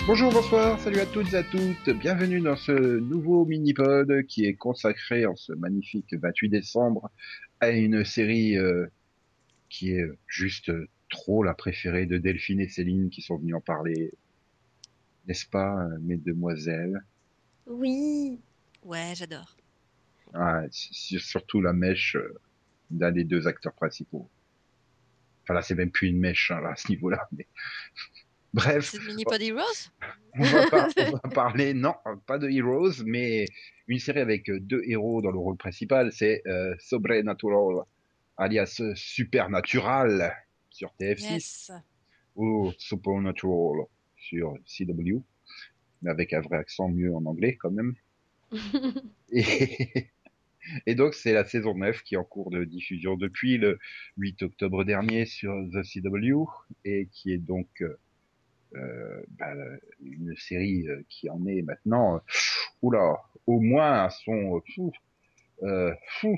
Bonjour, bonsoir, salut à toutes et à toutes. Bienvenue dans ce nouveau mini-pod qui est consacré en ce magnifique 28 décembre à une série qui est juste trop la préférée de Delphine et Céline qui sont venues en parler, n'est-ce pas, mesdemoiselles? Oui, Ouais, j'adore. Ah, surtout la mèche d'un des deux acteurs principaux. Enfin là, c'est même plus une mèche hein, là, à ce niveau-là. Mais... Bref, C'est le mini Pod Heroes? on va parler, non, pas de Heroes, mais une série avec deux héros dans le rôle principal, c'est Sobrenatural, alias Supernatural sur TF6 Yes. ou Supernatural sur CW, mais avec un vrai accent mieux en anglais quand même. Et, et donc c'est la saison 9 qui est en cours de diffusion depuis le 8 octobre dernier sur The CW et qui est donc bah, une série qui en est maintenant, oula, au moins à son euh, fou,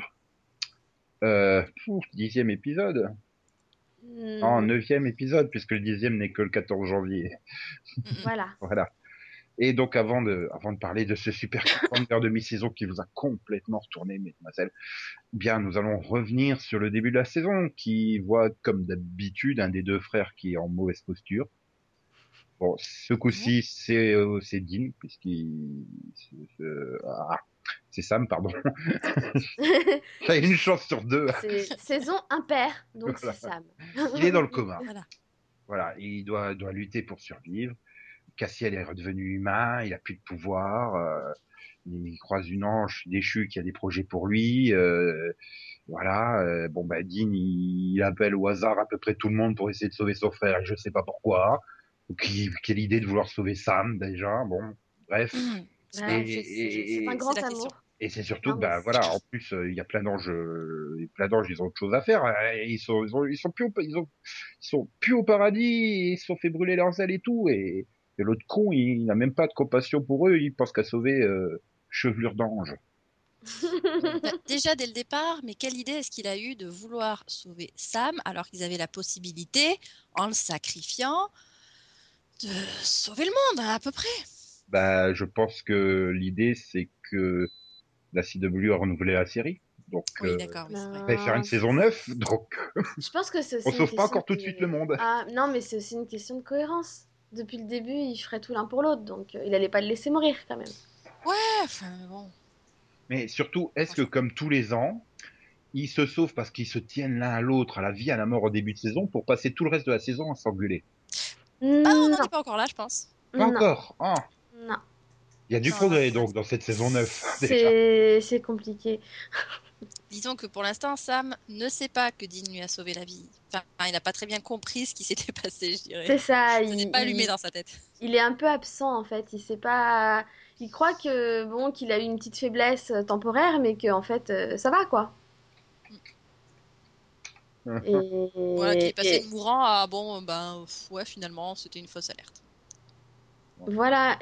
10e épisode. Non, Hmm, 9e épisode, puisque le 10e n'est que le 14 janvier. Mm-mm. voilà. Voilà. Et donc, avant de parler de ce super cliffhanger de mi-saison qui vous a complètement retourné, mesdemoiselles, eh bien, nous allons revenir sur le début de la saison, qui voit, comme d'habitude, un des deux frères qui est en mauvaise posture. Bon, ce Ouais. coup-ci, c'est Dean, puisqu'il, ah, c'est Sam, pardon. T'as une chance sur deux. C'est saison impair, donc c'est Voilà. Sam. Il est dans le coma. Voilà. Voilà. Il doit lutter pour survivre. Cassiel est redevenu humain. Il a plus de pouvoir. Il croise une ange déchue qui a des projets pour lui. Voilà. Bon, bah, Dean, il appelle au hasard à peu près tout le monde pour essayer de sauver son frère. Et je sais pas pourquoi. Quelle idée de vouloir sauver Sam, déjà. Bon, bref. Et, Ouais, c'est un C'est grand la question. amour. et c'est surtout Non, que, mais bah, voilà, en plus, il y a plein d'anges, ils ont autre chose à faire. Ils sont plus au paradis, ils se sont fait brûler leurs ailes et tout. Et l'autre con, il n'a même pas de compassion pour eux, il pense qu'à sauver Chevelure d'ange. Bah, déjà dès le départ, mais quelle idée est-ce qu'il a eu de vouloir sauver Sam alors qu'ils avaient la possibilité, en le sacrifiant, de sauver le monde, hein, à peu près? Bah, je pense que l'idée, c'est que la CW a renouvelé la série. Donc, Oui, d'accord, oui, c'est vrai. va faire une Non, saison 9. Donc, je pense que c'est on aussi une sauve pas question encore tout de suite le de... monde. Ah, non, mais c'est aussi une question de cohérence. Depuis le début, il ferait tout l'un pour l'autre, donc il allait pas le laisser mourir quand même. Ouais, enfin bon, Mais surtout, est-ce que franchement. comme tous les ans, ils se sauvent parce qu'ils se tiennent l'un à l'autre, à la vie, à la mort au début de saison, pour passer tout le reste de la saison à s'engueuler? Ah, on n'en Non, est pas encore là, je pense. Pas non, encore. Ah, non. il y a du Non, progrès pour donc l'instant. dans cette saison 9 déjà. C'est compliqué. Disons que pour l'instant, Sam ne sait pas que Dean lui a sauvé la vie. Enfin, il n'a pas très bien compris ce qui s'était passé, je dirais. C'est ça, Ça s'est pas allumé dans sa tête. il est un peu absent en fait. Il sait pas. Il croit que bon qu'il a eu une petite faiblesse temporaire, mais que en fait ça va quoi. Voilà, qu'il est passé de Et mourant à bon, ben ouais, finalement, c'était une fausse alerte. voilà.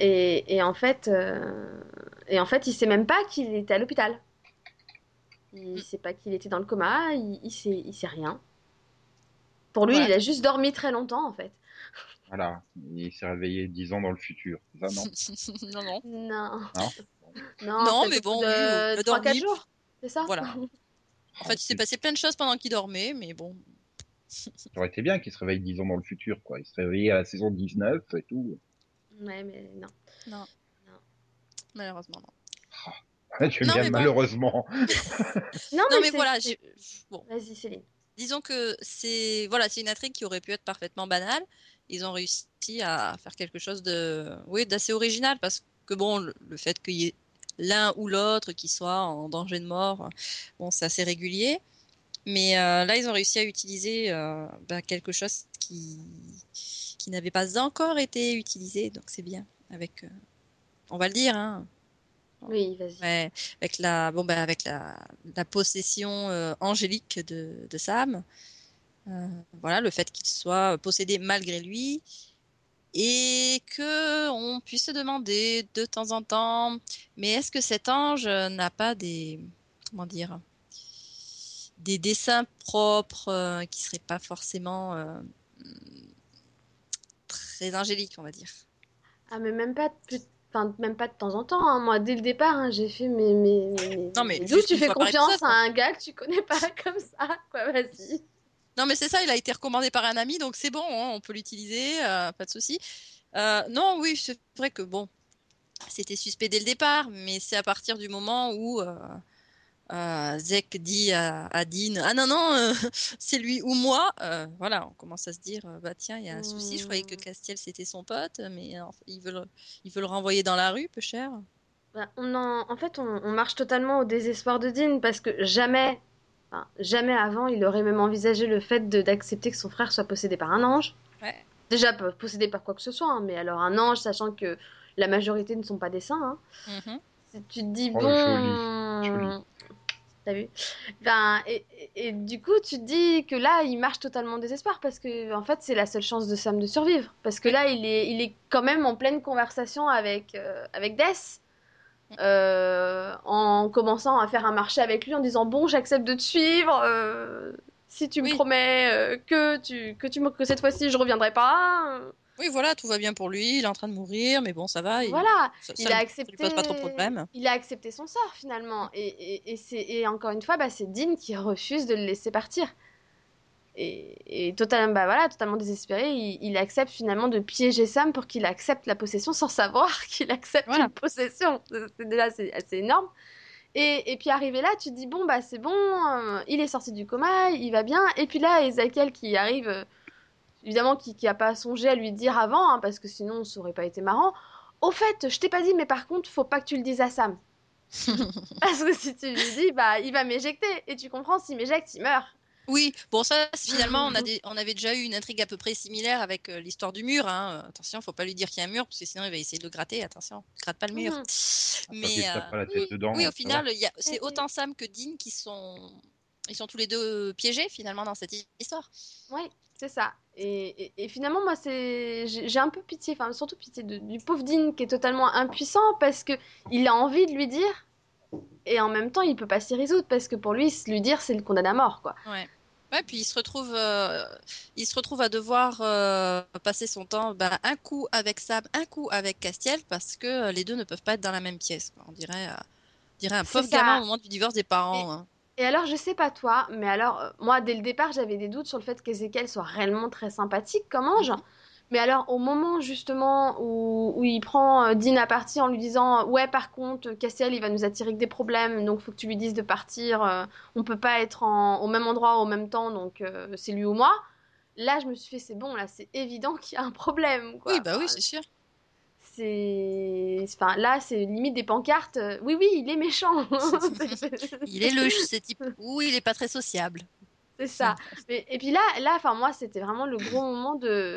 Et en fait, il sait même pas qu'il était à l'hôpital. Il Mm. sait pas qu'il était dans le coma. Il sait rien. Pour lui, Voilà, il a tout à juste dormi très longtemps en fait. Voilà, il s'est réveillé 10 ans dans le futur, c'est ça, non? fait. Non, non. Non, Non? non, Non, peut-être mais au bout bon, lui, de il a 3 4 dormi. jours. C'est ça? Voilà. En Oh, fait, il s'est passé plein de choses pendant qu'il dormait, mais bon. ça aurait été bien qu'il se réveille 10 ans dans le futur, quoi. Il se réveillait à la saison 19 et tout. Ouais, mais non, Non, non. malheureusement, non. Tu Non, viens mais bon. malheureusement. Non, Non, mais mais voilà, bon. Vas-y, Céline. Disons que c'est voilà, c'est une intrigue qui aurait pu être parfaitement banale. Ils ont réussi à faire quelque chose de oui, d'assez original parce que bon, le fait qu'il y ait l'un ou l'autre qui soit en danger de mort, bon, c'est assez régulier. Mais là, ils ont réussi à utiliser quelque chose qui n'avait pas encore été utilisé, donc c'est bien. Avec, on va le dire, hein. Oui, vas-y. Ouais, avec la possession angélique de Sam. Voilà, le fait qu'il soit possédé malgré lui et que on puisse se demander de temps en temps, mais est-ce que cet ange n'a pas comment dire, des dessins propres qui seraient pas forcément très angéliques, on va dire. Ah, mais même pas de enfin, même pas de temps en temps, hein. Moi, dès le départ, hein, j'ai fait Non, mais mais d'où juste tu une fais fois par confiance épisode, à quoi. un gars que tu connais pas comme ça, quoi, vas-y. Non, mais c'est ça, il a été recommandé par un ami, donc c'est bon, hein, on peut l'utiliser, pas de souci. Non, oui, c'est vrai que bon, c'était suspect dès le départ, mais c'est à partir du moment où Zek dit à Dean, ah non, non, c'est lui ou moi, voilà, on commence à se dire, bah tiens, il y a un souci, je croyais que Hmm. Castiel c'était son pote, mais ils veulent le renvoyer dans la rue, peu cher. Bah, en fait, on marche totalement au désespoir de Dean parce que jamais, enfin, jamais avant, il aurait même envisagé le fait d'accepter que son frère soit possédé par un ange. Ouais. Déjà, pas possédé par quoi que ce soit, hein, mais alors un ange, sachant que la majorité ne sont pas des saints, hein. Mhm. Tu te dis, Oh, joli, joli. bon, t'as vu? Ben, et du coup, tu te dis que là, il marche totalement au désespoir parce que, en fait, c'est la seule chance de Sam de survivre. Parce que Oui. là, il est quand même en pleine conversation avec Death, en commençant à faire un marché avec lui en disant, bon, j'accepte de te suivre, si tu me Oui. promets que cette fois-ci, je reviendrai pas. Oui, voilà, tout va bien pour lui, il est en train de mourir, mais bon, ça va, Voilà, ça lui pose pas trop de problème. il a accepté son sort finalement. Et encore une fois, bah, c'est Dean qui refuse de le laisser partir. Et totalement, bah voilà, totalement désespéré, il accepte finalement de piéger Sam pour qu'il accepte la possession sans savoir qu'il accepte Voilà. une possession. Déjà, c'est assez énorme. Et puis arrivé là, tu te dis, bon, bah c'est bon, il est sorti du coma, il va bien. Et puis là, Ezekiel qui arrive, évidemment, qui a pas songé à lui dire avant, hein, parce que sinon, ça aurait pas été marrant. Au fait, je t'ai pas dit, mais par contre, faut pas que tu le dises à Sam. Parce que si tu lui dis, bah, il va m'éjecter. Et tu comprends, s'il m'éjecte, il meurt. Oui, bon, ça, finalement, on avait déjà eu une intrigue à peu près similaire avec l'histoire du mur. Hein. Attention, faut pas lui dire qu'il y a un mur, parce que sinon, il va essayer de le gratter. Attention, gratte pas le mur. Mhm. Tant qu'il Mais se tape pas la tête oui, oui, dedans, au ça va. final, c'est autant Sam que Dean ils sont tous les deux piégés, finalement, dans cette histoire. Oui, c'est ça. Et finalement, moi, j'ai un peu pitié, enfin, surtout pitié du pauvre Dean qui est totalement impuissant parce que il a envie de lui dire et en même temps, il peut pas s'y résoudre parce que pour lui, lui dire, c'est le condamner à mort, quoi. Ouais. Ouais, puis il se retrouve à devoir passer son temps, ben, un coup avec Sam, un coup avec Castiel, parce que les deux ne peuvent pas être dans la même pièce, quoi. On dirait un C'est pauvre gamin au ça. moment du divorce des Et, parents. Hein. et alors, je sais pas toi, mais alors, moi, dès le départ, j'avais des doutes sur le fait qu'Ezekiel soit réellement très sympathique comme ange. Mhm. Mais alors, au moment justement où il prend Dean à partie en lui disant ouais, par contre, Castiel, il va nous attirer que des problèmes, donc faut que tu lui dises de partir. On peut pas être au même endroit au même temps, donc c'est lui ou moi. Là, je me suis fait c'est bon, là, c'est évident qu'il y a un problème, Oui, quoi. bah oui, Enfin, c'est sûr. enfin, là, c'est limite des pancartes. Oui, oui, il est méchant. Il est louche, ce type. Ou il est pas très sociable. C'est ça. Et puis là, enfin moi, c'était vraiment le gros moment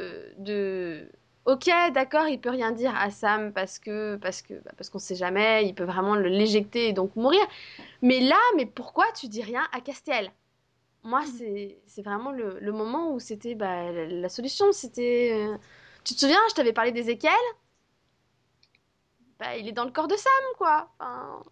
Ok, d'accord, il peut rien dire à Sam parce qu'on sait jamais, il peut vraiment l'éjecter et donc mourir. Mais là, mais pourquoi tu dis rien à Castiel? Moi, Mhm. c'est vraiment le moment où c'était bah, la solution. C'était, tu te souviens, je t'avais parlé d'Ézéchiel? Bah, il est dans le corps de Sam, quoi. Enfin,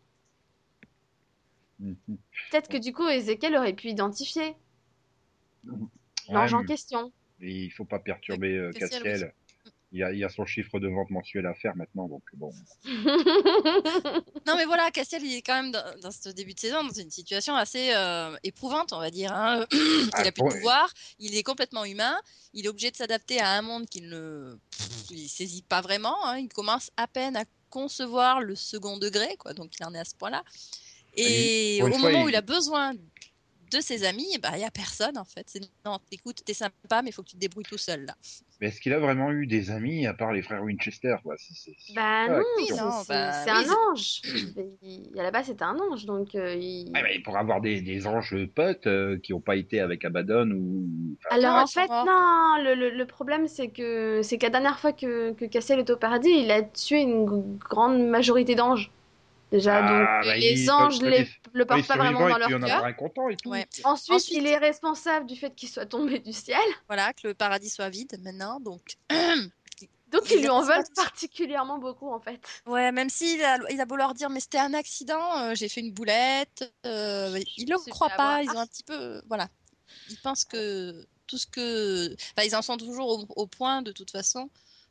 Mhm. peut-être que du coup, Ézéchiel aurait pu identifier Ouais, l'ange en question. mais il faut pas Oui, perturber Castiel, oui. Castiel. Il y a son chiffre de vente mensuel à faire maintenant, donc bon. Non, mais voilà, Castiel, il est quand même dans ce début de saison dans une situation assez éprouvante, on va dire. Hein. Il Ah, a plus de pouvoir, il est complètement humain, il est obligé de s'adapter à un monde qu'il ne il saisit pas vraiment. Hein. Il commence à peine à concevoir le second degré, quoi. Donc il en est à ce point-là. Et pour une au fois, moment où il a besoin de ses amis, eh ben, il y a personne en fait. C'est non, écoute, t'es sympa, mais il faut que tu te débrouilles tout seul là. mais est-ce qu'il a vraiment eu des amis à part les frères Winchester, quoi? C'est Bah ça non, la Oui, question. non, bah c'est un oui. ange. À la base, c'était un ange, donc Ouais, mais pour avoir des anges potes qui ont pas été avec Abaddon ou, enfin, Alors Non, en ils sont fait, morts. non, le problème c'est que la dernière fois que Cassiel est au paradis, il a tué une grande majorité d'anges. Déjà, donc ah, bah, les anges le quand les portent pas vraiment survivants, il dans peut y leur en avoir cœur. un content et tout. Ouais. Ensuite, il Ensuite, est responsable du fait qu'il soit tombé du ciel. voilà, que le paradis soit vide maintenant, donc Donc ils il lui a en c'est pas veulent tout seul. particulièrement beaucoup en fait. Ouais, même il a beau leur dire, mais c'était un accident, j'ai fait une boulette, ils Je le me suis fait croient pas, ils ont avoir. un petit peu, voilà, ils pensent que tout ce que, enfin, ils en sont toujours au point de toute façon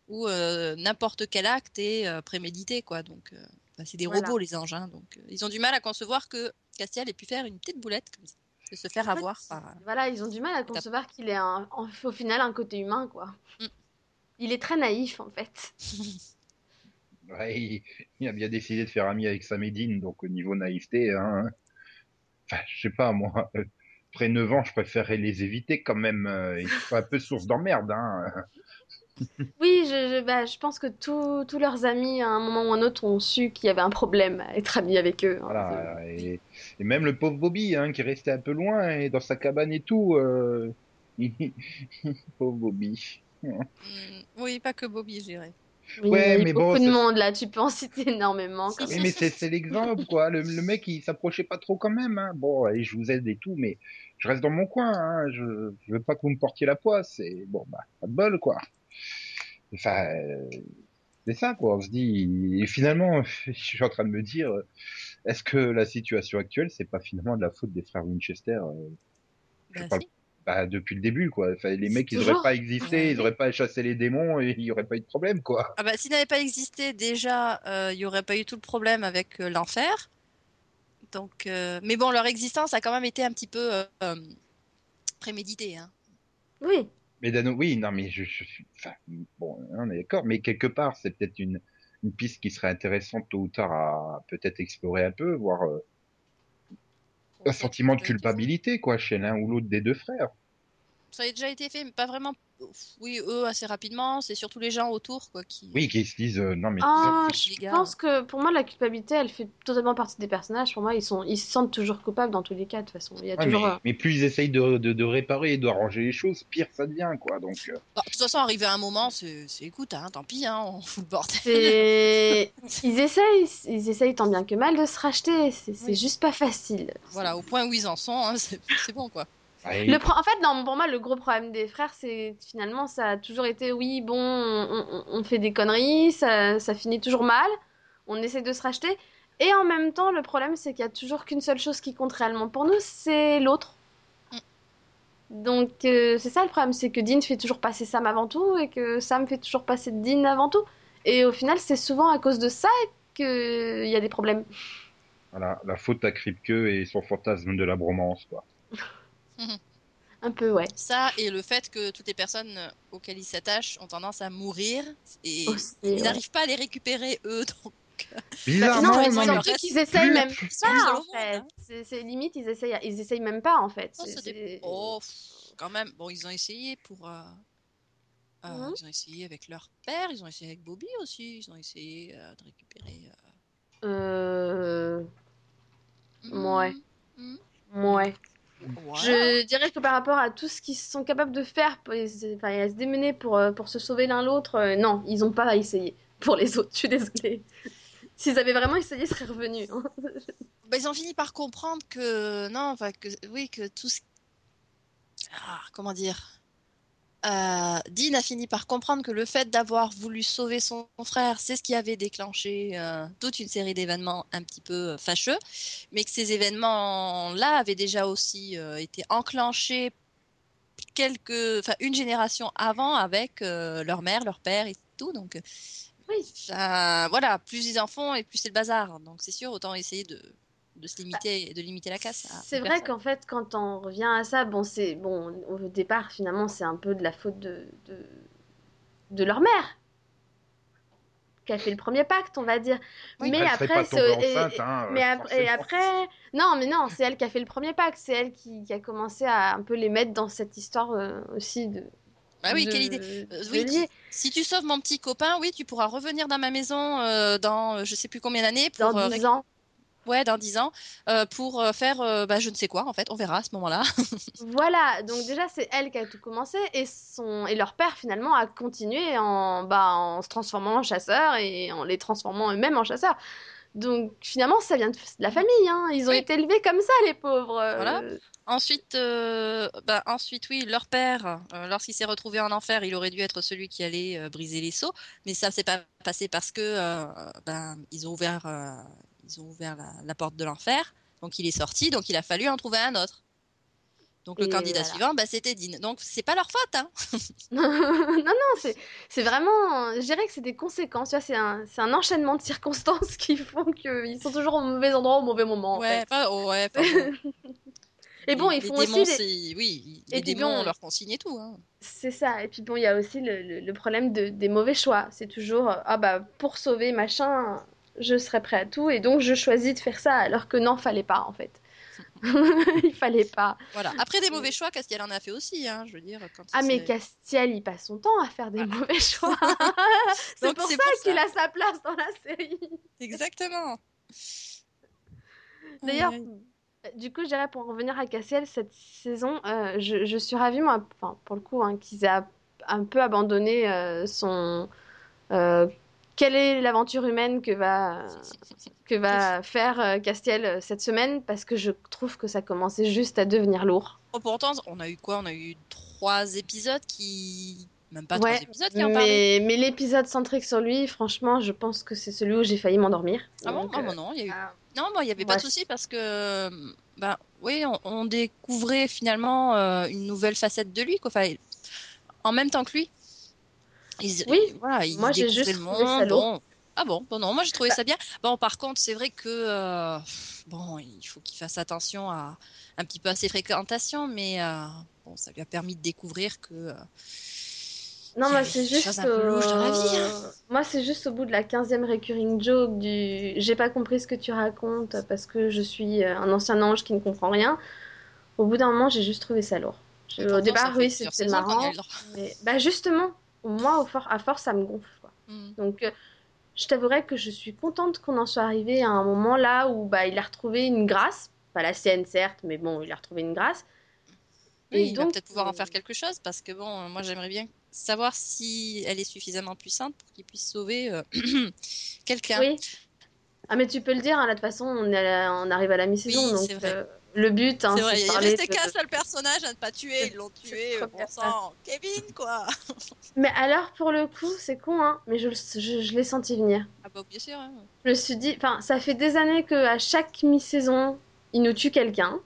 où n'importe quel acte est prémédité, quoi. Donc, c'est des Voilà. robots, les anges, hein, donc ils ont du mal à concevoir que Castiel ait pu faire une petite boulette comme ça, de se faire En fait, avoir par. voilà, ils ont du mal à concevoir qu'il ait au final un côté humain, quoi. Mm. Il est très naïf, en fait. Ouais, il a bien décidé de faire ami avec Samédine, donc au niveau naïveté, hein, enfin, je sais pas, moi, après 9 ans, je préférerais les éviter quand même. Ils sont un peu source d'emmerde, hein. Oui, je pense que tous leurs amis, à un moment ou un autre, ont su qu'il y avait un problème à être amis avec eux, hein. Voilà, Oui. et même le pauvre Bobby, hein, qui restait un peu loin et dans sa cabane et tout. Pauvre Bobby. Oui, pas que Bobby, je dirais. Oui, il y Ouais, a eu mais bon, beaucoup de monde là, tu peux en citer énormément quand oui, même. mais c'est l'exemple, quoi. Le mec, il s'approchait pas trop quand même, hein. Bon, allez, je vous aide et tout, mais je reste dans mon coin, hein. Je veux pas que vous me portiez la poisse. Et bon, bah, pas de bol, quoi. Enfin, c'est ça, quoi. On se dit, et finalement, je suis en train de me dire, est-ce que la situation actuelle, c'est pas finalement de la faute des frères Winchester? Je Ben parle, si. bah, depuis le début, quoi. Enfin, les mecs, ils auraient pas Toujours. existé, Ben ils oui. auraient pas chassé les démons et il y aurait pas eu de problème, quoi. Ah bah, s'il n'avait pas existé, déjà, il n'y aurait pas eu tout le problème avec l'enfer. Donc, mais bon, leur existence a quand même été un petit peu préméditée, hein. Oui. Mais oui, non, mais je suis, enfin, bon, on est d'accord, mais quelque part, c'est peut-être une piste qui serait intéressante tôt ou tard à peut-être explorer un peu, voir Bon, un ça a sentiment de déjà été fait. culpabilité, quoi, chez l'un ou l'autre des deux frères. Ça a déjà été fait, mais pas vraiment. Oui, eux, assez rapidement. C'est surtout les gens autour, quoi, qui. Oui, qui se disent, non, mais Ah, je Les gars. pense que pour moi, la culpabilité, elle fait totalement partie des personnages. Pour moi, ils se sentent toujours coupables dans tous les cas, de toute façon. Il y a ouais, toujours. mais plus ils essayent de réparer et d'arranger les choses, pire ça devient, quoi. Donc, Bah, de toute façon, arrivé à un moment, écoute, hein, tant pis, hein, on fout le bordel. C'est. Ils essayent tant bien que mal de se racheter. C'est Oui. juste pas facile. Voilà, au point où ils en sont, hein, c'est bon, quoi. ouais, En fait, non, pour moi, le gros problème des frères, c'est finalement, ça a toujours été, oui, bon, on fait des conneries, ça finit toujours mal, on essaie de se racheter. Et en même temps, le problème, c'est qu'il y a toujours qu'une seule chose qui compte réellement pour nous, c'est l'autre. Mm. Donc, c'est ça le problème, c'est que Dean fait toujours passer Sam avant tout et que Sam fait toujours passer Dean avant tout. Et au final, c'est souvent à cause de ça qu'il y a des problèmes. voilà, la faute à Kripke et son fantasme de la bromance, quoi. Un peu, ouais. Ça, et le fait que toutes les personnes auxquelles ils s'attachent ont tendance à mourir, et Aussi, ils ouais. n'arrivent pas à les récupérer, eux, donc Bah, non, Bizarrement, malheureusement, non, il leur surtout reste qu'ils essayent plus, même plus, ils sont plus, seuls pas, au en monde, fait. hein. C'est limite, ils essayent même pas, en fait. Oh, oh, quand même. Bon, ils ont essayé pour. Mhm. Ils ont essayé avec leur père, ils ont essayé avec Bobby aussi, ils ont essayé de récupérer. Euh... Ouais, Hmm, hmm, ouais. voilà. Je dirais que par rapport à tout ce qu'ils sont capables de faire, enfin, à se démener pour se sauver l'un l'autre, non, ils ont pas essayé. Pour les autres, je suis désolée. S'ils avaient vraiment essayé, ils seraient revenus, hein. Bah, ils ont fini par comprendre que non, enfin que oui, que tout ce comment dire. Dean a fini par comprendre que le fait d'avoir voulu sauver son frère, c'est ce qui avait déclenché toute une série d'événements un petit peu fâcheux, mais que ces événements-là avaient déjà aussi été enclenchés enfin une génération avant avec leur mère, leur père et tout. Donc, Oui. voilà, plus ils en font et plus c'est le bazar. Donc c'est sûr, autant essayer de se limiter, de limiter la casse à C'est une vrai personne. qu'en fait, quand on revient à ça, bon, c'est bon, au départ, finalement, c'est un peu de la faute de leur mère qui a fait le premier pacte, on va dire. Oui. Mais elle serait pas après, tombée enceinte, hein, et forcément. après, non, mais non, c'est elle qui a fait le premier pacte, c'est elle qui a commencé à un peu les mettre dans cette histoire aussi Bah oui, quelle idée. de Oui, lier. si tu sauves mon petit copain, oui, tu pourras revenir dans ma maison dans je sais plus combien d'années Dans pour 10 ans. ouais, dans 10 ans pour faire bah, je ne sais quoi en fait, on verra à ce moment-là. Voilà, donc déjà c'est elle qui a tout commencé et leur père finalement a continué en se transformant en chasseur et en les transformant eux-mêmes en chasseurs. Donc finalement ça vient de la famille, hein. Ils ont Oui, été élevés comme ça les pauvres. voilà. Ensuite, bah, ensuite, oui, leur père, lorsqu'il s'est retrouvé en enfer, il aurait dû être celui qui allait briser les sceaux, mais ça s'est pas passé parce que ben, ils ont ouvert la porte de l'enfer, donc il est sorti, donc il a fallu en trouver un autre. Donc le Et candidat voilà. suivant, bah, c'était Dean. Donc c'est pas leur faute, hein. Non, c'est vraiment. Je dirais que c'est des conséquences. Tu vois, c'est un enchaînement de circonstances qui font qu'ils sont toujours au mauvais endroit au mauvais moment, en fait. Ouais, enfin bon. Et bon, ils Les font aussi démons, des. oui, Et les puis démons ont bon, leur consigne et tout, hein. c'est ça. Et puis bon, il y a aussi le problème des mauvais choix. C'est toujours, ah bah, pour sauver machin, je serais prêt à tout. Et donc, je choisis de faire ça, alors que non, fallait pas, en fait. Il fallait pas. Voilà. Après des mauvais choix, Castiel en a fait aussi, hein, je veux dire, quand il Ah, mais s'est... Castiel, il passe son temps à faire des Voilà. mauvais choix. C'est Donc pour c'est ça pour qu'il ça. a sa place dans la série. Exactement. Aïe, D'ailleurs, aïe. du coup, je dirais pour en revenir à Cassiel, cette saison, je suis ravie, moi, enfin, pour le coup, hein, qu'ils aient un peu abandonné son. euh, quelle est l'aventure humaine que va faire Castiel cette semaine? Parce que je trouve que ça commençait juste à devenir lourd. Oh, pourtant, on a eu quoi? On a eu 3 épisodes qui... Même pas trois Ouais, épisodes qui en parlaient. mais l'épisode centrique sur lui, franchement, je pense que c'est celui où j'ai failli m'endormir. Ah bon? Donc, Ah, bon, non, il y a eu... ah, Non, moi, il n'y avait pas moi, de souci parce que, ben, oui, on découvrait finalement une nouvelle facette de lui, quoi. Enfin, en même temps que lui. oui, Voilà, il moi j'ai découvrait juste le trouvé ça monde. lourd. Bon, ah bon, bon non, moi j'ai trouvé Bah, ça bien. Bon, par contre, c'est vrai que bon, il faut qu'il fasse attention à un petit peu à ses fréquentations, mais bon, ça lui a permis de découvrir que non, il y moi avait c'est des choses juste, un peu louches dans la vie, hein. moi c'est juste au bout de la 15e recurring joke du j'ai pas compris ce que tu racontes parce que je suis un ancien ange qui ne comprend rien. Au bout d'un moment, j'ai juste trouvé ça lourd. Et Au pourtant, ça départ, fait oui, plusieurs c'était saisons qu'on y a eu marrant, le droit. mais bah justement, moi, à force, ça me gonfle, quoi. Hmm. Donc, je t'avouerais que je suis contente qu'on en soit arrivé à un moment là où bah, il a retrouvé une grâce. Pas la sienne, certes, mais bon, il a retrouvé une grâce. Et Oui, il va donc, peut-être pouvoir en faire quelque chose parce que bon, moi j'aimerais bien savoir si elle est suffisamment puissante pour qu'il puisse sauver quelqu'un. oui. Ah, mais tu peux le dire, hein, là, de toute façon, on arrive à la mi-saison, Oui, donc c'est vrai. le but, hein, C'est c'est vrai, de il parler restait qu'un seul personnage à ne pas tuer, ils l'ont cette tué, bon première phase. sang, Kevin, quoi. Mais alors, pour le coup, c'est con, hein, mais je l'ai senti venir. Ah bah bien sûr, hein. Je me suis dit, enfin, ça fait des années qu'à chaque mi-saison, il nous tue quelqu'un.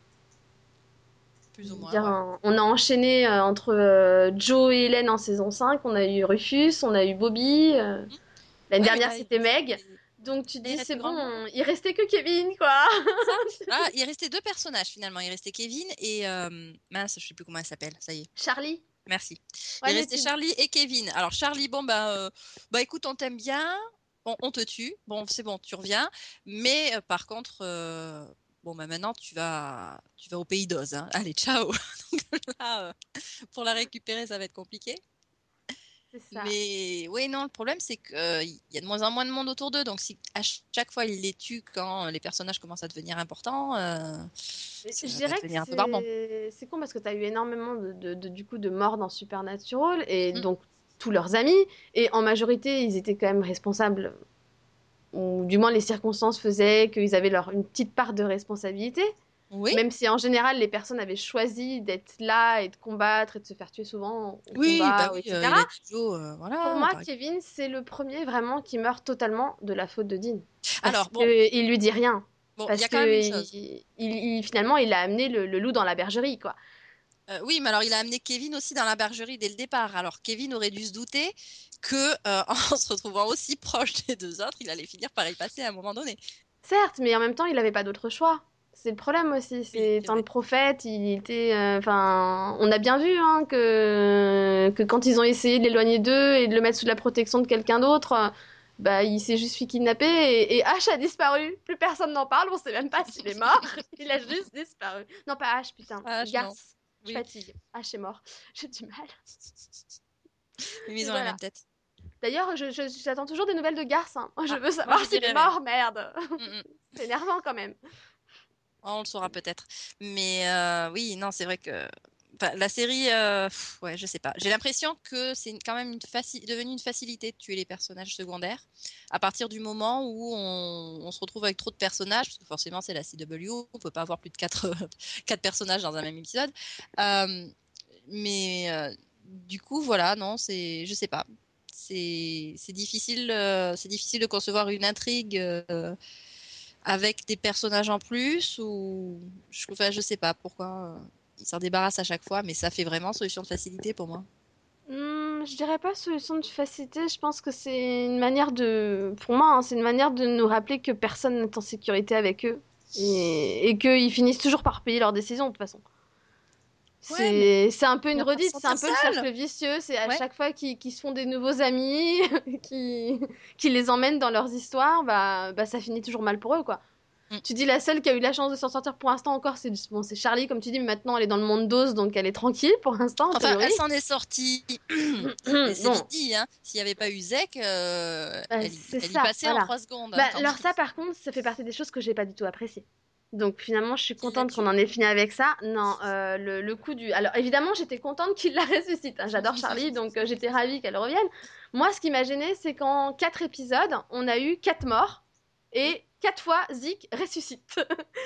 Plus ou moins, Dire, ouais. on a enchaîné entre Joe et Hélène en saison 5, on a eu Rufus, on a eu Bobby, Hmm. l'année Ouais, mais dernière là, c'était Meg. Donc tu là, il dis, reste c'est grand bon, monde. il restait que Kevin, quoi. C'est ça. Ah, il restait 2 personnages finalement. Il restait Kevin et mince, je sais plus comment elle s'appelle. Ça y est. Charlie. Merci. Ouais, Il mais restait Charlie et Kevin. Alors Charlie, bon bah écoute, on t'aime bien, on te tue. Bon, c'est bon, tu reviens. Mais par contre, bon bah maintenant tu vas au pays d'Oz, hein. Allez, ciao. Donc là, pour la récupérer, ça va être compliqué. c'est ça. Mais oui, non, le problème, c'est qu'il y a de moins en moins de monde autour d'eux. Donc, si à chaque fois il les tue quand les personnages commencent à devenir importants, ça Je va dirais que devenir un peu barbant. c'est con parce que tu as eu énormément du coup, de morts dans Supernatural et Mm. donc tous leurs amis. Et en majorité, ils étaient quand même responsables, ou du moins les circonstances faisaient qu'ils avaient une petite part de responsabilité. Oui, Même si en général, les personnes avaient choisi d'être là et de combattre et de se faire tuer souvent au oui, bah combat, oui, etc. il a dit Joe, Pour voilà. moi, Kevin, c'est le premier vraiment qui meurt totalement de la faute de Dean. Parce Alors, bon, qu'il lui dit rien. bon, il y Parce a quand même une que chose. finalement, il a amené le loup dans la bergerie, quoi. Oui, mais alors il a amené Kevin aussi dans la bergerie dès le départ. Alors, Kevin aurait dû se douter que, en se retrouvant aussi proche des 2 autres, il allait finir par y passer à un moment donné. Certes, mais en même temps, il n'avait pas d'autre choix. C'est le problème aussi. Oui, C'est c'est tant le vrai. prophète, il était. Enfin, on a bien vu hein, que quand ils ont essayé de l'éloigner d'eux et de le mettre sous la protection de quelqu'un d'autre, bah, il s'est juste fait kidnapper et Ash a disparu. Plus personne n'en parle, on sait même pas s'il est mort. Il a juste disparu. Non, pas Ash, putain. Ah, non. Garth. Je Oui, fatigue. Ash est mort. J'ai du mal. mais ils Mais ont la même voilà. tête. D'ailleurs, j'attends toujours des nouvelles de Garth, hein. Moi, je Ah, veux moi savoir je s'il est dirais rien. mort, merde. Mm, mm. C'est énervant quand même. On le saura peut-être. Mais oui, non, c'est vrai que enfin, la série, ouais, je sais pas. J'ai l'impression que c'est quand même devenu une facilité de tuer les personnages secondaires à partir du moment où on se retrouve avec trop de personnages, parce que forcément c'est la CW, on peut pas avoir plus de 4, 4 personnages dans un même épisode. Euh, mais du coup, voilà, non, je sais pas. C'est difficile de concevoir une intrigue. Avec des personnages en plus ou enfin, je sais pas pourquoi. il s'en débarrasse à chaque fois, mais ça fait vraiment solution de facilité pour moi. Je dirais pas solution de facilité, je pense que c'est une manière de, pour moi, hein, c'est une manière de nous rappeler que personne n'est en sécurité avec eux et qu'ils finissent toujours par payer leurs décisions de toute façon. Ouais, mais C'est un peu une on va pas se redite, c'est un sentir peu le seul. cercle vicieux, c'est à Ouais. chaque fois qu'ils se font des nouveaux amis, qui, qui les emmènent dans leurs histoires, bah ça finit toujours mal pour eux, quoi. Mm. Tu dis la seule qui a eu la chance de s'en sortir pour l'instant encore, bon, c'est Charlie, comme tu dis, mais maintenant elle est dans le monde d'Oz, donc elle est tranquille pour l'instant, a Enfin, priori. elle s'en est sortie, c'est vite Bon, dit, hein. S'il n'y avait pas eu Zek, bah, c'est elle y ça, passait en voilà. 3 secondes, Bah, hein, quand alors même. ça, par contre, ça fait partie des choses que j'ai pas du tout appréciées. Donc finalement, je suis Qu'il la contente qu'on tue? en ait fini avec ça. Non, le coup du... Alors évidemment, j'étais contente qu'il la ressuscite, hein. J'adore Charlie, donc j'étais ravie qu'elle revienne. Moi, ce qui m'a gênée, c'est qu'en 4 épisodes, on a eu 4 morts Oui, et 4 fois Zeke ressuscite.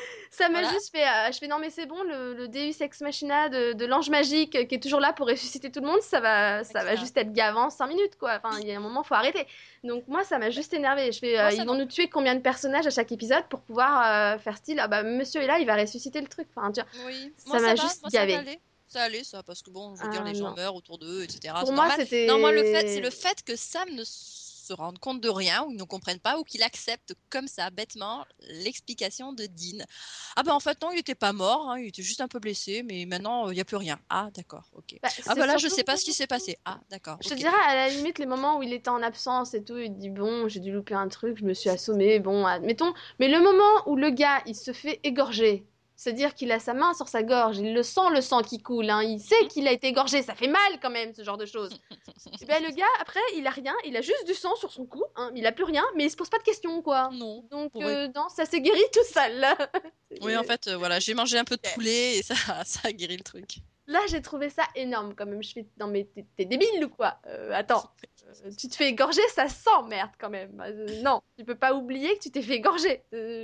Ça m'a voilà, juste fait... je fais non mais c'est bon, le Deus Ex Machina de l'ange magique qui est toujours là pour ressusciter tout le monde, ça va Akira. juste être gavant 5 minutes quoi. Enfin, Oui, il y a un moment, faut arrêter. Donc moi, ça m'a juste énervé. Je fais, moi ça ils vont non nous plus. tuer combien de personnages à chaque épisode pour pouvoir faire style, ah bah monsieur est là, il va ressusciter le truc. Enfin, tu vois, Oui, ça m'a juste moi ça va gavé. aller. Ça allait, ça, parce que bon, je veux dire, Ah les gens non. meurent autour d'eux, etc. Pour C'est moi, normal. Non, moi, c'est le c'était... fait que Sam ne se rende compte de rien, ou ne comprenne pas, ou qu'il accepte comme ça, bêtement, l'explication de Dean. Ah ben en fait, non, il était pas mort, hein, il était juste un peu blessé, mais maintenant, il n'y a plus rien. Ah, d'accord, ok. Bah, Ah c'est ben là, je surtout... sais pas ce qui s'est passé. Ah, d'accord, Je te ok. dirais, à la limite, les moments où il était en absence et tout, il dit, bon, j'ai dû louper un truc, je me suis assommé, bon, admettons. Mais le moment où le gars, il se fait égorger, c'est-à-dire qu'il a sa main sur sa gorge, il le sent, le sang qui coule, hein, il sait qu'il a été égorgé, ça fait mal quand même, ce genre de choses. Et ben le gars, après, il a rien, il a juste du sang sur son cou, hein, il a plus rien, mais il se pose pas de questions, quoi. Non, Donc, pourrait. non, ça s'est guéri tout seul, là. Oui, en fait, voilà, j'ai mangé un peu de Ok. poulet et ça, ça a guéri le truc. Là, j'ai trouvé ça énorme quand même. Je fais, non mais t'es débile ou quoi? Attends, tu te fais égorger, ça sent merde quand même. Non, tu peux pas oublier que tu t'es fait égorger.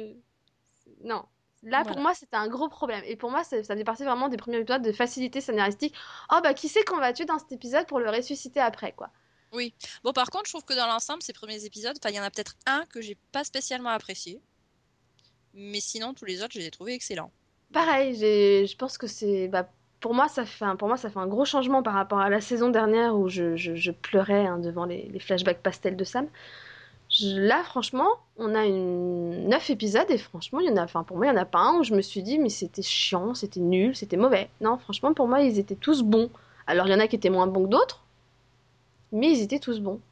Non. Là, pour Voilà. moi, c'était un gros problème. Et pour moi, ça faisait partie vraiment des premiers épisodes de facilité scénaristique. Oh bah, qui c'est qu'on va tuer dans cet épisode pour le ressusciter après, quoi. Oui. Bon, par contre, je trouve que dans l'ensemble, ces premiers épisodes, enfin, il y en a peut-être un que j'ai pas spécialement apprécié, mais sinon, tous les autres, je les ai trouvés excellents. Pareil, je pense que c'est, bah, pour moi, ça fait un gros changement par rapport à la saison dernière où je pleurais hein, devant les flashbacks pastels de Sam. Là, franchement, on a 9 épisodes et franchement, il y en a, enfin, pour moi, il n'y en a pas un où je me suis dit, mais c'était chiant, c'était nul, c'était mauvais. Non, franchement, pour moi, ils étaient tous bons. Alors, il y en a qui étaient moins bons que d'autres, mais ils étaient tous bons.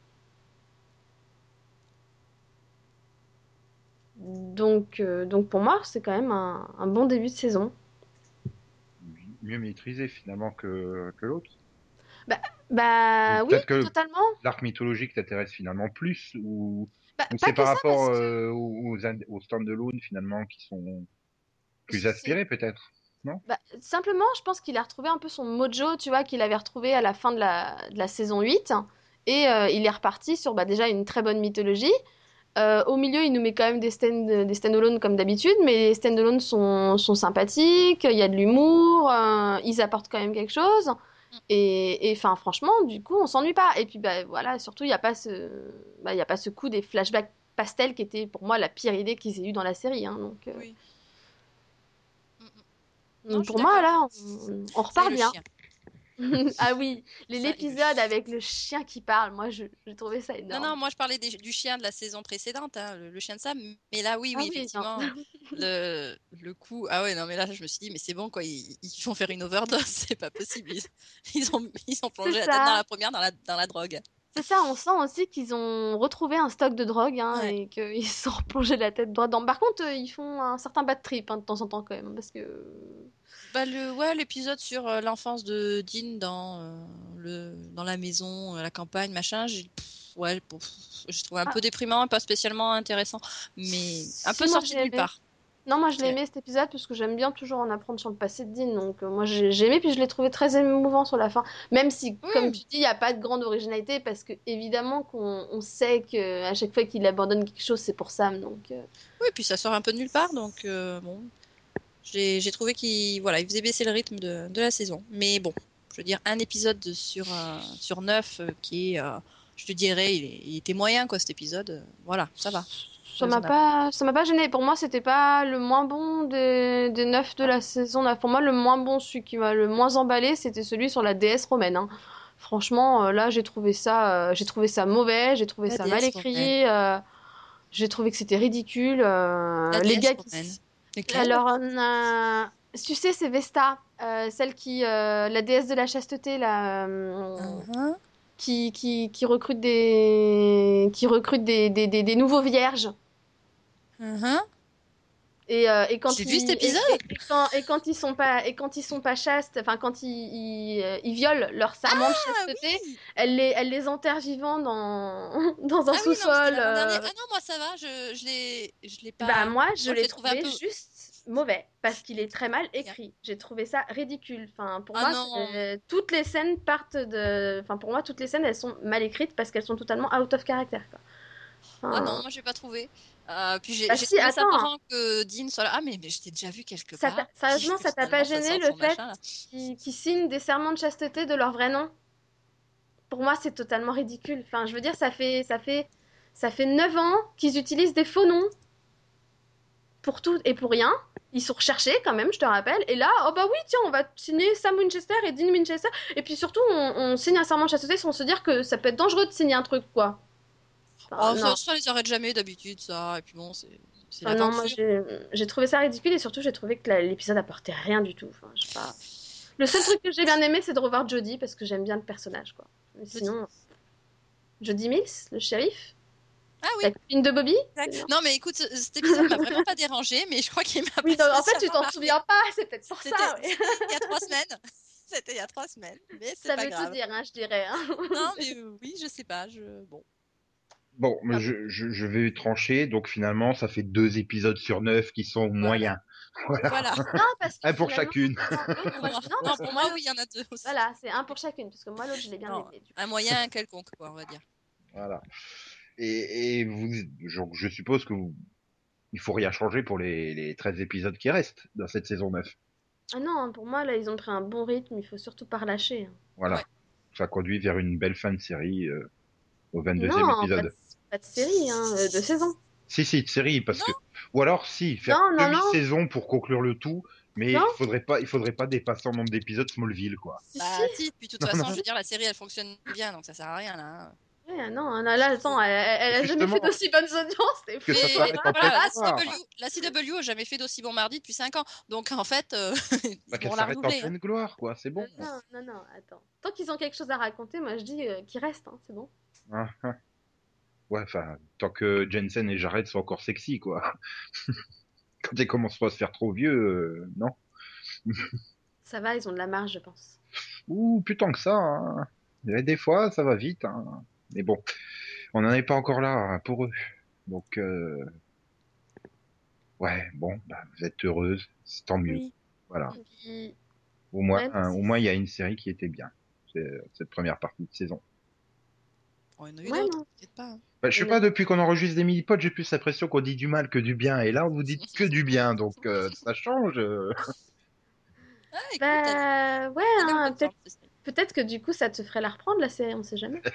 Donc pour moi, c'est quand même un bon début de saison. Mieux maîtrisé finalement que l'autre. Bah, Ou bah oui, peut-être que totalement. l'arc mythologique t'intéresse finalement plus, Bah, ou pas c'est que par ça, rapport parce que aux stand-alone finalement qui sont plus c'est aspirés peut-être, non? bah, simplement, je pense qu'il a retrouvé un peu son mojo, tu vois, qu'il avait retrouvé à la fin de la saison 8. Et il est reparti sur bah, déjà une très bonne mythologie. Au milieu, il nous met quand même des stand-alone comme d'habitude, mais les stand-alone sont sympathiques, il y a de l'humour, ils apportent quand même quelque chose. Et enfin, franchement, du coup, on s'ennuie pas. Et puis, bah, voilà, surtout, il y a pas ce coup des flashbacks pastels qui était pour moi la pire idée qu'ils aient eu dans la série. Hein, Oui. Mm, mm. Non, je suis pour moi, d'accord. là, on Ça et repart le bien. chien. Ah oui, Ça et le l'épisode chien. avec le chien qui parle, moi, j'ai trouvé ça Non, énorme. non, moi je parlais du chien de la saison précédente, hein, le chien de Sam. Mais là, oui, Ah oui, oui, non. effectivement, le coup. Ah ouais, non, mais là, je me suis dit, mais c'est bon, quoi, ils vont faire une overdose, c'est pas possible. Ils ont C'est plongé la tête dans ça. la première, dans la drogue. C'est ça, on sent aussi qu'ils ont retrouvé un stock de drogue hein, Ouais. et qu'ils se sont replongés la tête droite dedans. Par contre, ils font un certain bad trip hein, de temps en temps quand même, parce que... Bah, ouais, l'épisode sur l'enfance de Dean dans la maison, la campagne, machin, ouais, bon, j'ai trouvé un Ah, peu déprimant, pas spécialement intéressant, mais un peu si, moi sorti j'ai de nulle aimé. part. Non, moi je l'ai Ouais. aimé cet épisode parce que j'aime bien toujours en apprendre sur le passé de Dean. Donc moi j'ai aimé, puis je l'ai trouvé très émouvant sur la fin. Même si, comme Oui, tu dis, il n'y a pas de grande originalité parce que évidemment qu'on on sait qu'à chaque fois qu'il abandonne quelque chose, c'est pour Sam. Donc, oui, puis ça sort un peu de nulle part, donc bon, j'ai trouvé qu'il voilà, il faisait baisser le rythme de la saison. Mais bon, je veux dire, un épisode sur 9 qui est je te dirais, il était moyen, quoi, cet épisode. Voilà, ça va. Ça m'a pas gêné. Pour moi, c'était pas le moins bon des 9 de la saison 9. Pour moi, le moins bon, celui qui m'a le moins emballé, c'était celui sur la déesse romaine, hein. Franchement, là, j'ai trouvé ça mauvais, j'ai trouvé La ça mal déesse romaine. écrit, j'ai trouvé que c'était ridicule. La Les déesse gars romaine. qui, Lequel? alors, tu sais, c'est Vesta, celle la déesse de la chasteté, là, Mhm. qui recrute des nouveaux vierges. Mhm. Et J'ai vu cet épisode. et quand ils sont pas chastes, enfin quand ils violent leur serment de Ah chasteté, oui. elle les enterre vivants dans dans un Ah oui, non, mais c'était sous-sol. l'avant-dernier. Ah non, moi ça va, je l'ai Bah pas. moi je Moi je l'ai l'ai trouvé un trouvé peu. juste mauvais parce qu'il est très mal Bien. écrit. J'ai trouvé ça ridicule. Enfin pour Ah moi non. toutes les scènes enfin pour moi toutes les scènes elles sont mal écrites parce qu'elles sont totalement out of character quoi. Ah non, Enfin, moi j'ai pas trouvé. Puis bah j'ai si trouvé ça attends, marrant que Dean soit là. Ah mais je t'ai déjà vu quelque part. Puis sérieusement que ça t'a pas finalement ça gêné sorte le son fait machin là. qu'ils signent des serments de chasteté de leur vrai nom? Pour moi, c'est totalement ridicule. Enfin, je veux dire, ça fait 9 ans qu'ils utilisent des faux noms pour tout et pour rien. Ils sont recherchés quand même, je te rappelle. Et là, oh bah oui, tiens, on va signer Sam Winchester et Dean Winchester. Et puis surtout, on signe un serment de chasteté sans se dire que ça peut être dangereux de signer un truc, quoi. Enfin, Oh, non. ça les arrête jamais d'habitude ça. Et puis bon, c'est Enfin, non, moi, l'aventure. j'ai trouvé ça ridicule et surtout, j'ai trouvé que l'épisode apportait rien du tout. Enfin, je sais pas. Le seul truc que j'ai bien aimé, c'est de revoir Jodie parce que j'aime bien le personnage, quoi. Mais Je dis. sinon, Jodie Mills, le shérif, Ah oui. la copine de Bobby, Exact. c'est Non mais écoute, cet épisode m'a vraiment pas dérangé, mais je crois qu'il m'a Oui, pas donc, en fait, tu spécialement t'en marqué. souviens pas, c'est peut-être pour ça, oui. C'était il y a 3 semaines. C'était il y a 3 semaines, mais c'est Ça pas veut tout grave. dire, hein, je dirais, hein. Non, mais oui, je sais pas. Bon, Bon, mais Ah bon. je vais trancher. Donc finalement, ça fait 2 épisodes sur 9 qui sont voilà. moyens. Voilà. Voilà. Non, parce que Un pour finalement, chacune. Pour moi. non, Non, parce que pour moi, moi, oui, il y en a deux aussi. voilà, c'est un pour chacune, parce que moi, l'autre, je l'ai bien Non, aimé, du coup. un moyen quelconque, quoi, on va dire. Voilà. Et je suppose il faut rien changer pour les 13 épisodes qui restent dans cette saison 9. Ah non, hein, pour moi, là, ils ont pris un bon rythme, il faut surtout pas relâcher, hein. Voilà. Ouais. Ça conduit vers une belle fin de série au 22e Non, épisode. pas de série, hein, de saison. Si, de série, parce que Non, ou alors si, faire Non, non, non, demi-saison pour conclure le tout, mais non, il faudrait pas dépasser en nombre d'épisodes Smallville, quoi. si, si. bah si, puis de toute Non, façon, je non. veux dire, la série, elle fonctionne bien, donc ça sert à rien, là, hein. Ouais, non, là, attends, elle a jamais fait Justement, d'aussi bonnes audiences, t'es que fou, ça toi. Mais s'arrête en pleine voilà, gloire. La CW a jamais fait d'aussi bon mardi depuis 5 ans. Donc en fait, Bah, ils qu'elle vont la s'arrête en renouveler, hein. pleine gloire, quoi. C'est bon. Non, non, non, attends. Tant qu'ils ont quelque chose à raconter, moi, je dis qu'ils restent, hein, c'est bon. Hein, hein. Ouais, enfin, tant que Jensen et Jared sont encore sexy, quoi. Quand ils commencent pas à se faire trop vieux, non. Ça va, ils ont de la marge, je pense. Ouh, plus tant que ça, hein. Et des fois, ça va vite, hein. Mais bon, on n'en est pas encore là hein, pour eux. Donc, ouais, bon, bah, vous êtes heureuse, c'est tant mieux. Oui. Voilà. Et puis, Au ouais, non, moins, il y a une série qui était bien. C'est cette première partie de saison. Oh, il y en a eu ouais, d'autres, non. t'inquiète pas, hein. Bah, je Il sais y en a- pas, depuis qu'on enregistre des mini-pods, j'ai plus l'impression qu'on dit du mal que du bien. Et là, vous dites que du bien, donc ça change. Ah, écoute, Bah, ouais, elle est en hein, bonne forme, cette série. peut-être que du coup, ça te ferait la reprendre, la série, on sait jamais.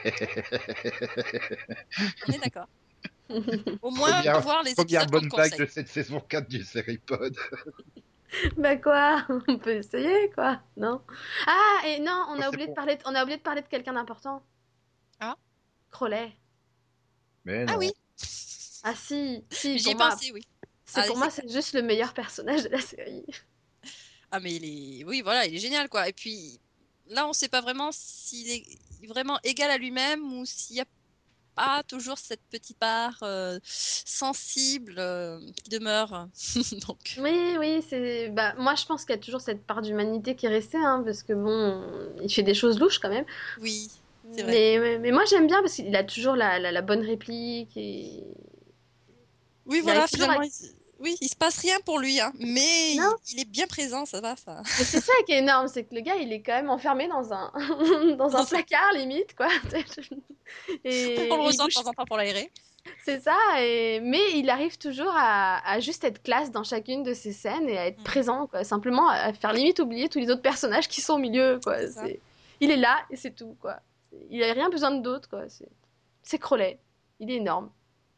On est d'accord. Au moins, voir les Première épisodes qu'on te bonne blague de conseille. cette saison 4 du Seripod. Bah quoi? On peut essayer, quoi, non? Ah, et non, Oh, c'est bon. on a oublié de parler de quelqu'un d'important. Ah, Crowley. Mais ah non. oui, Ah si, si, j'y ai pensé, oui. pour Allez, c'est moi, clair. c'est juste le meilleur personnage de la série. Ah, mais oui, voilà, il est génial, quoi. Et puis, là, on sait pas vraiment s'il est vraiment égal à lui-même ou s'il y a pas toujours cette petite part sensible qui demeure. Donc, Oui, oui, bah, moi je pense qu'il y a toujours cette part d'humanité qui est restée, hein, parce que bon, il fait des choses louches quand même. oui, c'est vrai. Mais moi j'aime bien parce qu'il a toujours la bonne réplique et Oui, il arrive voilà, toujours à... finalement, oui, il se passe rien pour lui, hein, mais Non, il est bien présent, ça va, ça. mais c'est ça qui est énorme, c'est que le gars il est quand même enfermé dans un dans un placard limite quoi. On le Et il ressent de bouge, temps en temps pour l'aérer. c'est ça. Mais il arrive toujours à juste être classe dans chacune de ses scènes et à être Mhm, présent quoi. Simplement à faire limite oublier tous les autres personnages qui sont au milieu quoi. c'est ça. Il est là et c'est tout quoi. Il a rien besoin d'autre quoi. C'est Crowley. Il est énorme.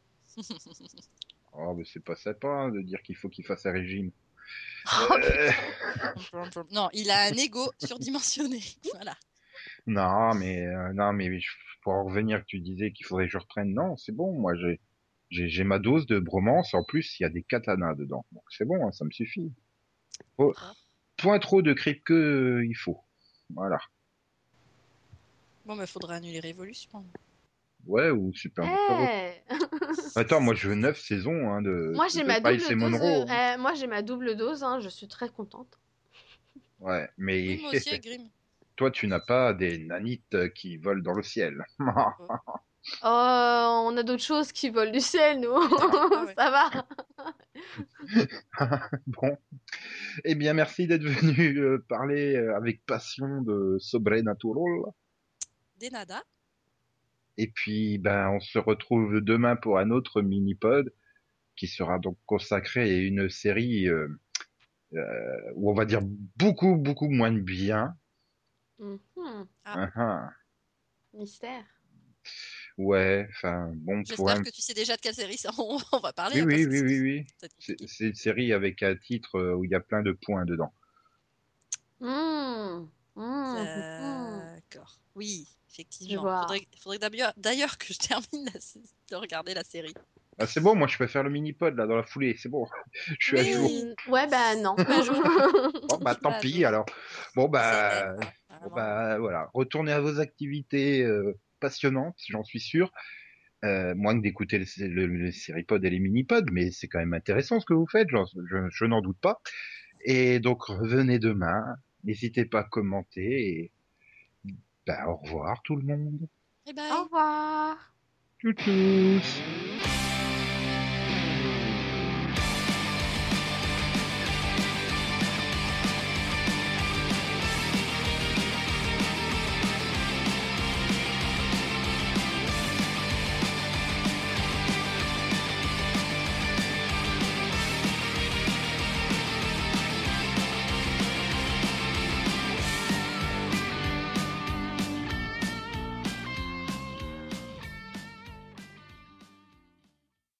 Oh, mais c'est pas sympa hein, de dire qu'il faut qu'il fasse un régime. Oh, Euh, Non, il a un ego surdimensionné. Voilà. non, mais pour en revenir que tu disais qu'il faudrait que je reprenne, non, c'est bon. Moi, j'ai ma dose de bromance. En plus, il y a des katanas dedans, donc c'est bon, hein, ça me suffit. Faut- D'accord. Point trop de creep que il faut. Voilà. Bon, bah, faudra annuler Révolution. Ouais, ou Super Motor. Eh Attends, moi je veux 9 saisons hein, Moi j'ai de ma Miles double et dose. Monroe. Hein. Moi j'ai ma double dose. Hein, je suis très contente. Ouais, Oui, mais moi aussi, avec Grimm. toi tu n'as pas des nanites qui volent dans le ciel. Oh, on a d'autres choses qui volent du ciel, nous. Ah ouais. Ça va. Bon, eh bien merci d'être venu parler avec passion de Sobrenatural. Des nada. Et puis ben on se retrouve demain pour un autre mini-pod qui sera donc consacré à une série où on va dire beaucoup moins de bien. Mhm. Ah, Hein, hein. Mystère. Ouais, enfin bon pour j'espère un que tu sais déjà de quelle série ça on va parler, oui hein, oui parce que oui sinon oui oui. ça va être compliqué. C'est une série avec un titre où il y a plein de points dedans. Hmm. Hmm. Hmm. D'accord. Oui, Je effectivement. vois. Faudrait d'ailleurs que je termine de regarder la série. Ah, c'est bon, moi je peux faire le mini-pod là dans la foulée, c'est bon. Je suis à jour. Oui, Ouais, bah non. je suis pas à jour. Bon Je bah suis tant pas à pis jour. alors. Bon J'essaie d'être, bah hein, bon vraiment. bah voilà, retournez à vos activités passionnantes, j'en suis sûr. Moins que d'écouter les séries-pods et les mini-pods, mais c'est quand même intéressant ce que vous faites, je n'en doute pas. Et donc revenez demain, n'hésitez pas à commenter et bah, au revoir tout le monde. Bye Au bye. revoir. Tchou tchous.